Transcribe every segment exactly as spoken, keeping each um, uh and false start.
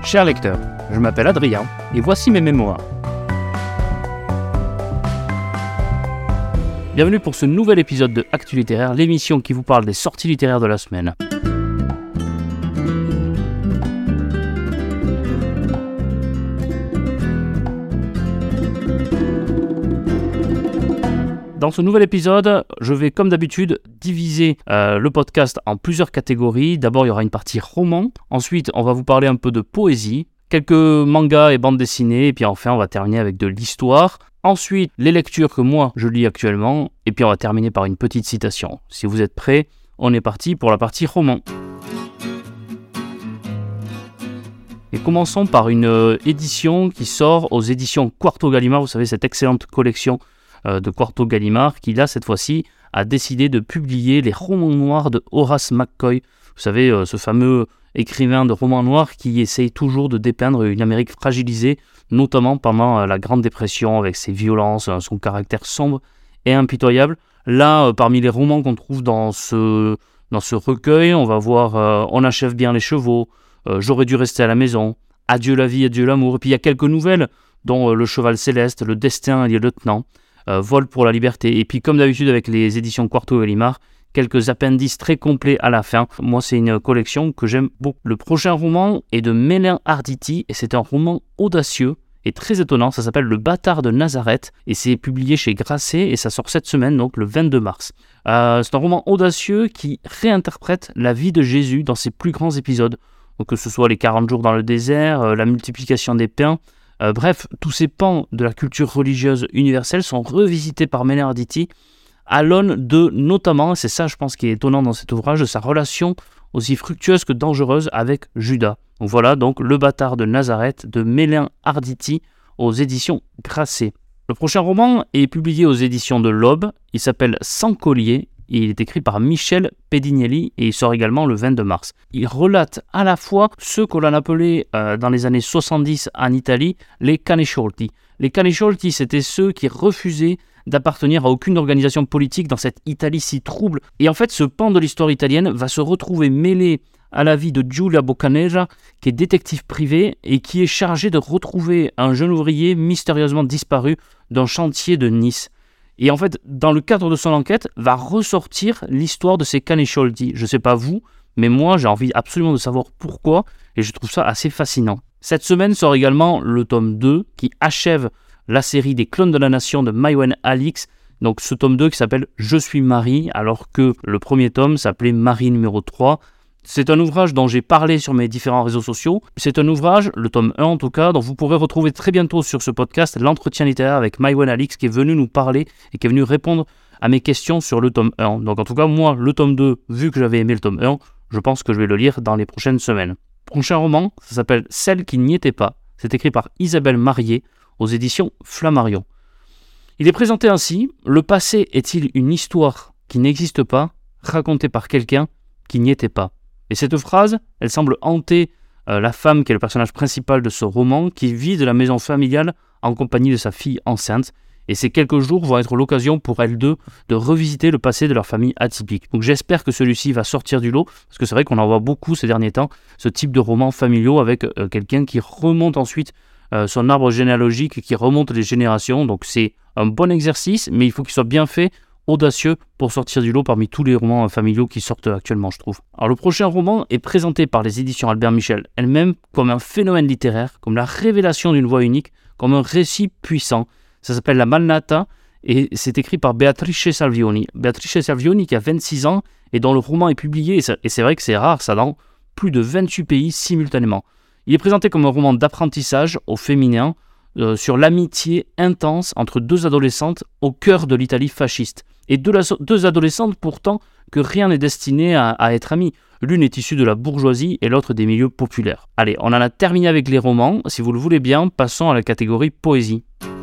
Chers lecteurs, je m'appelle Adrien et voici mes mémoires. Bienvenue pour ce nouvel épisode de Actu Littéraire, l'émission qui vous parle des sorties littéraires de la semaine. Dans ce nouvel épisode, je vais comme d'habitude diviser euh, le podcast en plusieurs catégories. D'abord, il y aura une partie roman. Ensuite, on va vous parler un peu de poésie, quelques mangas et bandes dessinées. Et puis enfin, on va terminer avec de l'histoire. Ensuite, les lectures que moi, je lis actuellement. Et puis, on va terminer par une petite citation. Si vous êtes prêts, on est parti pour la partie roman. Et commençons par une euh, édition qui sort aux éditions Quarto Gallimard. Vous savez, cette excellente collection de Quarto Gallimard, qui là, cette fois-ci, a décidé de publier les romans noirs de Horace McCoy. Vous savez, euh, ce fameux écrivain de romans noirs qui essaye toujours de dépeindre une Amérique fragilisée, notamment pendant euh, la Grande Dépression, avec ses violences, euh, son caractère sombre et impitoyable. Là, euh, parmi les romans qu'on trouve dans ce, dans ce recueil, on va voir euh, « On achève bien les chevaux euh, »,« J'aurais dû rester à la maison »,« Adieu la vie, adieu l'amour ». Et puis il y a quelques nouvelles, dont euh, « Le cheval céleste »,« Le destin et le lieutenant ». Euh, Vol pour la liberté. Et puis comme d'habitude avec les éditions Quarto Gallimard, quelques appendices très complets à la fin. Moi, c'est une collection que j'aime beaucoup. Le prochain roman est de Mélin Arditi et c'est un roman audacieux et très étonnant. Ça s'appelle Le bâtard de Nazareth et c'est publié chez Grasset et ça sort cette semaine, donc le vingt-deux mars. Euh, c'est un roman audacieux qui réinterprète la vie de Jésus dans ses plus grands épisodes. Donc, que ce soit les quarante jours dans le désert, euh, la multiplication des pains. Euh, bref, tous ces pans de la culture religieuse universelle sont revisités par Mélin Arditi à l'aune de, notamment, c'est ça je pense qui est étonnant dans cet ouvrage, de sa relation aussi fructueuse que dangereuse avec Judas. Donc voilà, donc Le bâtard de Nazareth de Mélin Arditi aux éditions Grasset. Le prochain roman est publié aux éditions de l'Aube, il s'appelle Sans collier. Et il est écrit par Michel Pedignelli et il sort également le vingt-deux mars. Il relate à la fois ceux qu'on appelait euh, dans les années soixante-dix en Italie les canesciolti. Les canesciolti, c'était ceux qui refusaient d'appartenir à aucune organisation politique dans cette Italie si trouble. Et en fait, ce pan de l'histoire italienne va se retrouver mêlé à la vie de Giulia Boccanegra, qui est détective privé et qui est chargé de retrouver un jeune ouvrier mystérieusement disparu d'un chantier de Nice. Et en fait, dans le cadre de son enquête, va ressortir l'histoire de ces canesciolti. Je ne sais pas vous, mais moi, j'ai envie absolument de savoir pourquoi, et je trouve ça assez fascinant. Cette semaine sort également le tome deux, qui achève la série des clones de la nation de Maïwenn Alix. Donc ce tome deux qui s'appelle « Je suis Marie », alors que le premier tome s'appelait « Marie numéro trois ». C'est un ouvrage dont j'ai parlé sur mes différents réseaux sociaux. C'est un ouvrage, le tome un en tout cas, dont vous pourrez retrouver très bientôt sur ce podcast l'entretien littéraire avec Maïwenn Alix qui est venu nous parler et qui est venu répondre à mes questions sur le tome un. Donc en tout cas, moi, le tome deux, vu que j'avais aimé le tome un, je pense que je vais le lire dans les prochaines semaines. Prochain roman, ça s'appelle « Celle qui n'y était pas ». C'est écrit par Isabelle Marié aux éditions Flammarion. Il est présenté ainsi: le passé est-il une histoire qui n'existe pas, racontée par quelqu'un qui n'y était pas? Et cette phrase, elle semble hanter euh, la femme qui est le personnage principal de ce roman, qui vit de la maison familiale en compagnie de sa fille enceinte. Et ces quelques jours vont être l'occasion pour elles deux de revisiter le passé de leur famille atypique. Donc j'espère que celui-ci va sortir du lot, parce que c'est vrai qu'on en voit beaucoup ces derniers temps, ce type de romans familiaux avec euh, quelqu'un qui remonte ensuite euh, son arbre généalogique, qui remonte les générations. Donc c'est un bon exercice, mais il faut qu'il soit bien fait, audacieux pour sortir du lot parmi tous les romans familiaux qui sortent actuellement, je trouve. Alors le prochain roman est présenté par les éditions Albert Michel elles-mêmes comme un phénomène littéraire, comme la révélation d'une voix unique, comme un récit puissant. Ça s'appelle La Malnata et c'est écrit par Beatrice Salvioni. Beatrice Salvioni qui a vingt-six ans et dont le roman est publié, et c'est vrai que c'est rare ça, dans plus de vingt-huit pays simultanément. Il est présenté comme un roman d'apprentissage au féminin, euh, sur l'amitié intense entre deux adolescentes au cœur de l'Italie fasciste. Et deux, deux adolescentes pourtant que rien n'est destiné à, à être amies. L'une est issue de la bourgeoisie et l'autre des milieux populaires. Allez, on en a terminé avec les romans. Si vous le voulez bien, passons à la catégorie poésie.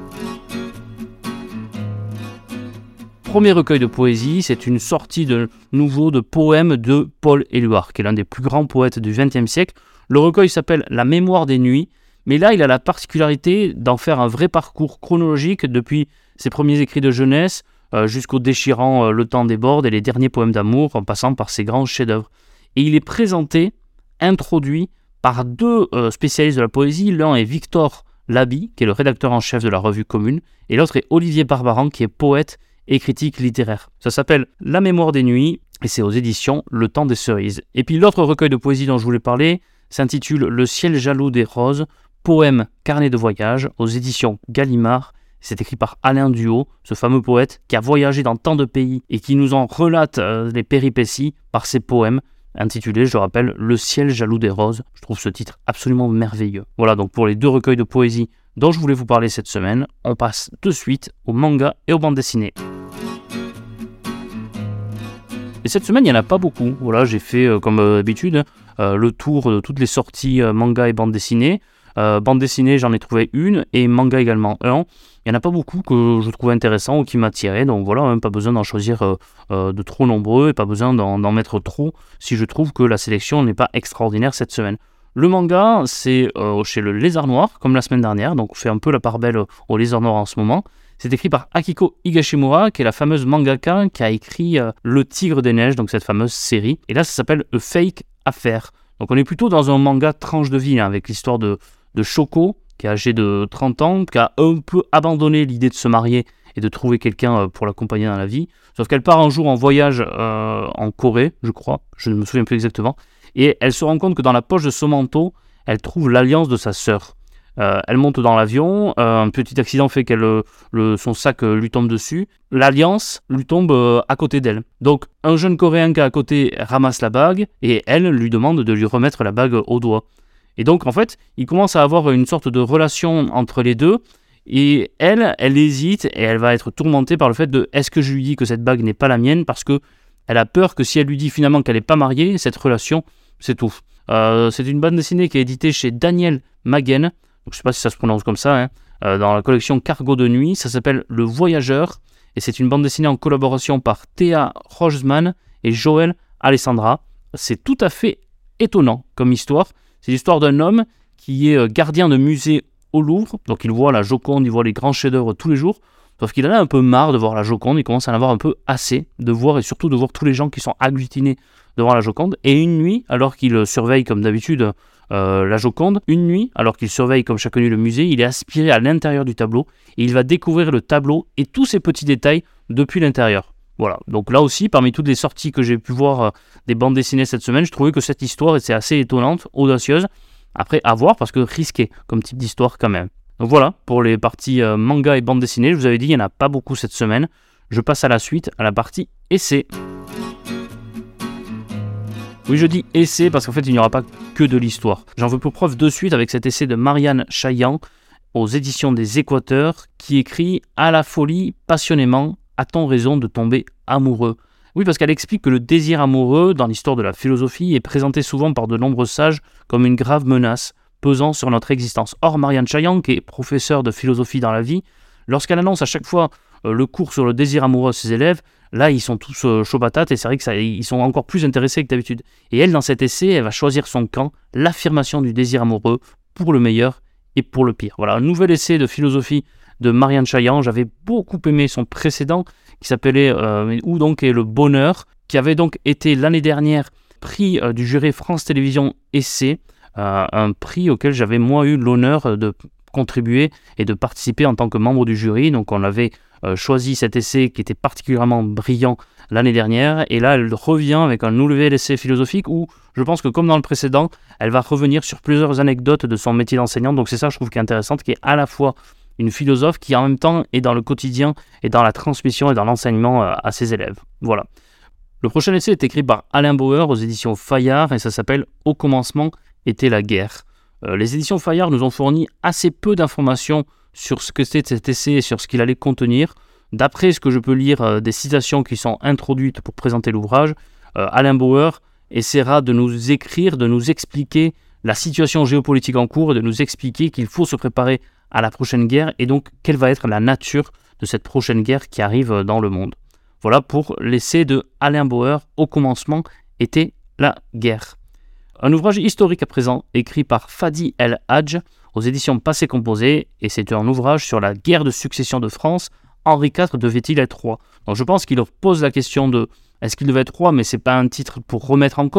Premier recueil de poésie, c'est une sortie de nouveau de poèmes de Paul Éluard, qui est l'un des plus grands poètes du vingtième siècle. Le recueil s'appelle La mémoire des nuits, mais là il a la particularité d'en faire un vrai parcours chronologique depuis ses premiers écrits de jeunesse euh, jusqu'au déchirant euh, Le temps déborde et les derniers poèmes d'amour, en passant par ses grands chefs-d'œuvre. Et il est présenté, introduit par deux euh, spécialistes de la poésie. L'un est Victor Laby, qui est le rédacteur en chef de la revue Commune, et l'autre est Olivier Barbaran, qui est poète et critique littéraire. Ça s'appelle La mémoire des nuits, et c'est aux éditions Le Temps des Cerises. Et puis l'autre recueil de poésie dont je voulais parler s'intitule Le ciel jaloux des roses, poème carnet de voyage, aux éditions Gallimard. C'est écrit par Alain Duhaut, ce fameux poète qui a voyagé dans tant de pays et qui nous en relate euh, les péripéties par ses poèmes, intitulés, je le rappelle, Le ciel jaloux des roses. Je trouve ce titre absolument merveilleux. Voilà donc pour les deux recueils de poésie dont je voulais vous parler cette semaine. On passe de suite au manga et aux bandes dessinées. Et cette semaine, il n'y en a pas beaucoup. Voilà, j'ai fait, euh, comme euh, d'habitude, euh, le tour de toutes les sorties euh, manga et bandes dessinées. Euh, bande dessinée, j'en ai trouvé une, et manga également un. Il n'y en a pas beaucoup que je trouvais intéressant ou qui m'attiraient, donc voilà, hein, pas besoin d'en choisir euh, euh, de trop nombreux, et pas besoin d'en, d'en mettre trop si je trouve que la sélection n'est pas extraordinaire cette semaine. Le manga, c'est euh, chez le Lézard Noir, comme la semaine dernière, donc on fait un peu la part belle au Lézard Noir en ce moment. C'est écrit par Akiko Higashimura, qui est la fameuse mangaka qui a écrit euh, Le Tigre des Neiges, donc cette fameuse série. Et là, ça s'appelle A Fake Affair. Donc on est plutôt dans un manga tranche de vie, hein, avec l'histoire de, de Shoko, qui est âgé de trente ans, qui a un peu abandonné l'idée de se marier et de trouver quelqu'un euh, pour l'accompagner dans la vie. Sauf qu'elle part un jour en voyage euh, en Corée, je crois, je ne me souviens plus exactement. Et elle se rend compte que dans la poche de son manteau, elle trouve l'alliance de sa sœur. Euh, elle monte dans l'avion, euh, un petit accident fait que euh, le, son sac euh, lui tombe dessus. L'alliance lui tombe euh, à côté d'elle. Donc un jeune Coréen qui est à côté ramasse la bague et elle lui demande de lui remettre la bague au doigt. Et donc en fait, il commence à avoir une sorte de relation entre les deux. Et elle, elle hésite et elle va être tourmentée par le fait de est-ce que je lui dis que cette bague n'est pas la mienne, parce que elle a peur que si elle lui dit finalement qu'elle n'est pas mariée, cette relation s'étouffe. Euh, c'est une bande dessinée qui est éditée chez Daniel Maguen. Donc, je ne sais pas si ça se prononce comme ça, hein, euh, dans la collection Cargo de nuit. Ça s'appelle Le Voyageur, et c'est une bande dessinée en collaboration par Théa Roseman et Joël Alessandra. C'est tout à fait étonnant comme histoire. C'est l'histoire d'un homme qui est gardien de musée au Louvre. Donc il voit la Joconde, il voit les grands chefs-d'œuvre tous les jours. Sauf qu'il en a un peu marre de voir la Joconde, il commence à en avoir un peu assez de voir, et surtout de voir tous les gens qui sont agglutinés devant la Joconde. Et une nuit, alors qu'il surveille comme d'habitude euh, la Joconde, une nuit, alors qu'il surveille comme chaque nuit le musée, il est aspiré à l'intérieur du tableau, et il va découvrir le tableau et tous ces petits détails depuis l'intérieur. Voilà, donc là aussi, parmi toutes les sorties que j'ai pu voir euh, des bandes dessinées cette semaine, je trouvais que cette histoire était assez étonnante, audacieuse. Après, à voir, parce que risqué comme type d'histoire quand même. Donc voilà, pour les parties euh, manga et bande dessinée, je vous avais dit, il n'y en a pas beaucoup cette semaine. Je passe à la suite, à la partie essai. Oui, je dis essai parce qu'en fait, il n'y aura pas que de l'histoire. J'en veux pour preuve de suite avec cet essai de Marianne Chaillan aux éditions des Équateurs, qui écrit « À la folie, passionnément, a-t-on raison de tomber amoureux ?» Oui, parce qu'elle explique que le désir amoureux, dans l'histoire de la philosophie, est présenté souvent par de nombreux sages comme une grave menace pesant sur notre existence. Or, Marianne Chaillan, qui est professeure de philosophie dans la vie, lorsqu'elle annonce à chaque fois euh, le cours sur le désir amoureux à ses élèves, là, ils sont tous euh, chauds patates, et c'est vrai qu'ils sont encore plus intéressés que d'habitude. Et elle, dans cet essai, elle va choisir son camp, l'affirmation du désir amoureux, pour le meilleur et pour le pire. Voilà, un nouvel essai de philosophie de Marianne Chaillan. J'avais beaucoup aimé son précédent, qui s'appelait euh, « Où donc est le bonheur ?», qui avait donc été l'année dernière prix euh, du jury France Télévisions Essai, euh, un prix auquel j'avais moi eu l'honneur de contribuer et de participer en tant que membre du jury. Donc on avait euh, choisi cet essai qui était particulièrement brillant l'année dernière, et là elle revient avec un nouvel essai philosophique où je pense que comme dans le précédent, elle va revenir sur plusieurs anecdotes de son métier d'enseignante. Donc c'est ça, je trouve, qui est intéressant, qui est à la fois une philosophe qui en même temps est dans le quotidien et dans la transmission et dans l'enseignement euh, à ses élèves. Voilà. Le prochain essai est écrit par Alain Bauer aux éditions Fayard, et ça s'appelle « Au commencement était la guerre ». Euh, les éditions Fayard nous ont fourni assez peu d'informations sur ce que c'était cet essai et sur ce qu'il allait contenir. D'après ce que je peux lire euh, des citations qui sont introduites pour présenter l'ouvrage, euh, Alain Bauer essaiera de nous écrire, de nous expliquer la situation géopolitique en cours et de nous expliquer qu'il faut se préparer à la prochaine guerre, et donc quelle va être la nature de cette prochaine guerre qui arrive dans le monde. Voilà pour l'essai de Alain Bauer, Au commencement était la guerre. Un ouvrage historique à présent, écrit par Fadi El Hadj aux éditions Passé Composé, et c'est un ouvrage sur la guerre de succession de France. Henri quatre devait-il être roi ? Donc je pense qu'il pose la question de est-ce qu'il devait être roi, mais c'est pas un titre pour remettre en cause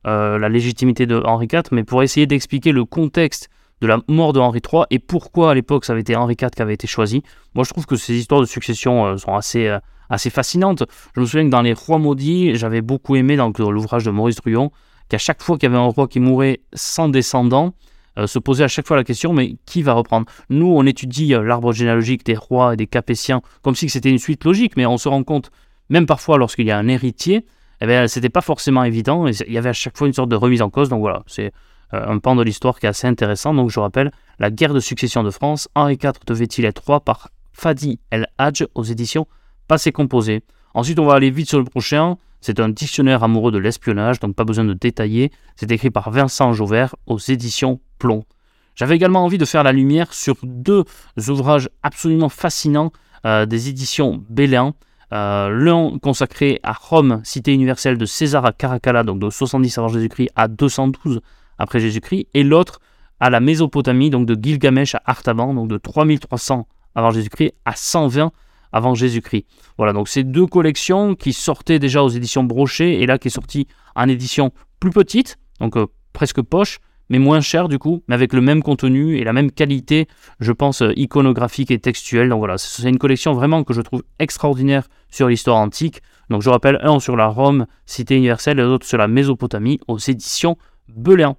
euh, la légitimité de Henri quatre, mais pour essayer d'expliquer le contexte de la mort de Henri trois et pourquoi à l'époque ça avait été Henri quatre qui avait été choisi. Moi je trouve que ces histoires de succession euh, sont assez, euh, assez fascinantes. Je me souviens que dans Les Rois maudits, j'avais beaucoup aimé dans l'ouvrage de Maurice Druon, qu'à chaque fois qu'il y avait un roi qui mourait sans descendant, euh, se posait à chaque fois la question, mais qui va reprendre? Nous, on étudie euh, l'arbre généalogique des rois et des Capétiens comme si c'était une suite logique, mais on se rend compte, même parfois lorsqu'il y a un héritier, eh bien, c'était pas forcément évident, et il y avait à chaque fois une sorte de remise en cause, donc voilà, c'est euh, un pan de l'histoire qui est assez intéressant. Donc je rappelle, la guerre de succession de France, Henri quatre devait-il être roi, par Fadi El Hadj aux éditions Passé Composé. Ensuite, on va aller vite sur le prochain. C'est un dictionnaire amoureux de l'espionnage, donc pas besoin de détailler. C'est écrit par Vincent Jauvert aux éditions Plomb. J'avais également envie de faire la lumière sur deux ouvrages absolument fascinants euh, des éditions Belin. Euh, L'un consacré à Rome, cité universelle de César à Caracalla, donc de soixante-dix avant Jésus-Christ à deux cent douze après Jésus-Christ, et l'autre à la Mésopotamie, donc de Gilgamesh à Artaban, donc de trois mille trois cents avant Jésus-Christ à cent vingt avant Jésus-Christ. Voilà, donc ces deux collections qui sortaient déjà aux éditions Brochet, et là qui est sortie en édition plus petite, donc euh, presque poche, mais moins cher du coup, mais avec le même contenu et la même qualité, je pense, euh, iconographique et textuelle. Donc voilà, c'est une collection vraiment que je trouve extraordinaire sur l'histoire antique. Donc je rappelle, un sur la Rome, cité universelle, et l'autre sur la Mésopotamie, aux éditions Belin.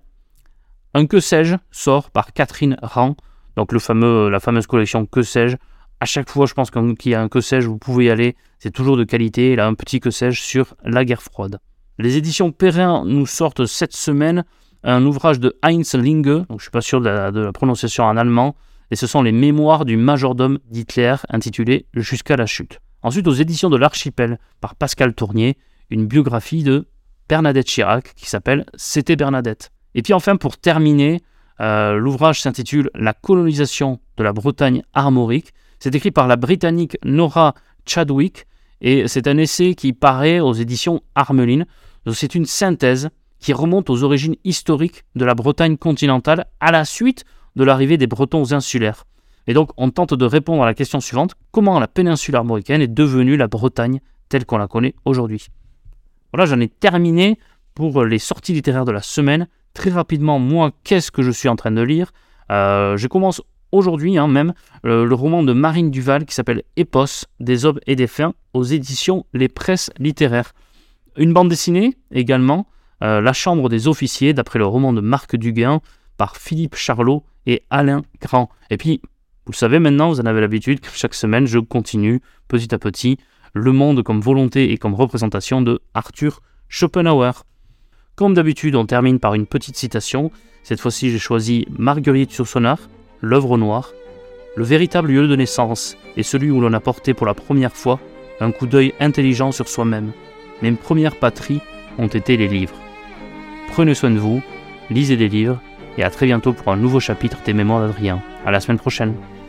Un Que sais-je sort par Catherine Rand, donc le fameux, la fameuse collection Que sais-je. À chaque fois, je pense qu'il y a un Que sais-je, vous pouvez y aller, c'est toujours de qualité. Il a un petit Que sais-je sur la guerre froide. Les éditions Perrin nous sortent cette semaine un ouvrage de Heinz Linge, donc je ne suis pas sûr de la, de la prononciation en allemand, et ce sont les mémoires du majordome d'Hitler, intitulé Jusqu'à la chute. Ensuite, aux éditions de l'Archipel, par Pascal Tournier, une biographie de Bernadette Chirac, qui s'appelle C'était Bernadette. Et puis enfin, pour terminer, euh, l'ouvrage s'intitule La colonisation de la Bretagne armorique. C'est écrit par la Britannique Nora Chadwick, et c'est un essai qui paraît aux éditions Armelin. Donc c'est une synthèse qui remonte aux origines historiques de la Bretagne continentale à la suite de l'arrivée des Bretons insulaires. Et donc, on tente de répondre à la question suivante: comment la péninsule armoricaine est devenue la Bretagne telle qu'on la connaît aujourd'hui? Voilà, j'en ai terminé pour les sorties littéraires de la semaine. Très rapidement, moi, qu'est-ce que je suis en train de lire? euh, Je commence aujourd'hui hein, même le, le roman de Marine Duval qui s'appelle Épos, des hommes et des fins, aux éditions Les Presses littéraires. Une bande dessinée également, Euh, La chambre des officiers, d'après le roman de Marc Duguin, par Philippe Charlot et Alain Grand. Et puis, vous le savez maintenant, vous en avez l'habitude, chaque semaine, je continue petit à petit Le monde comme volonté et comme représentation de Arthur Schopenhauer. Comme d'habitude, on termine par une petite citation. Cette fois-ci, j'ai choisi Marguerite Yourcenar, L'œuvre noire. Le véritable lieu de naissance est celui où l'on a porté pour la première fois un coup d'œil intelligent sur soi-même. Mes premières patries ont été les livres. Prenez soin de vous, lisez des livres, et à très bientôt pour un nouveau chapitre des Mémoires d'Adrien. À la semaine prochaine.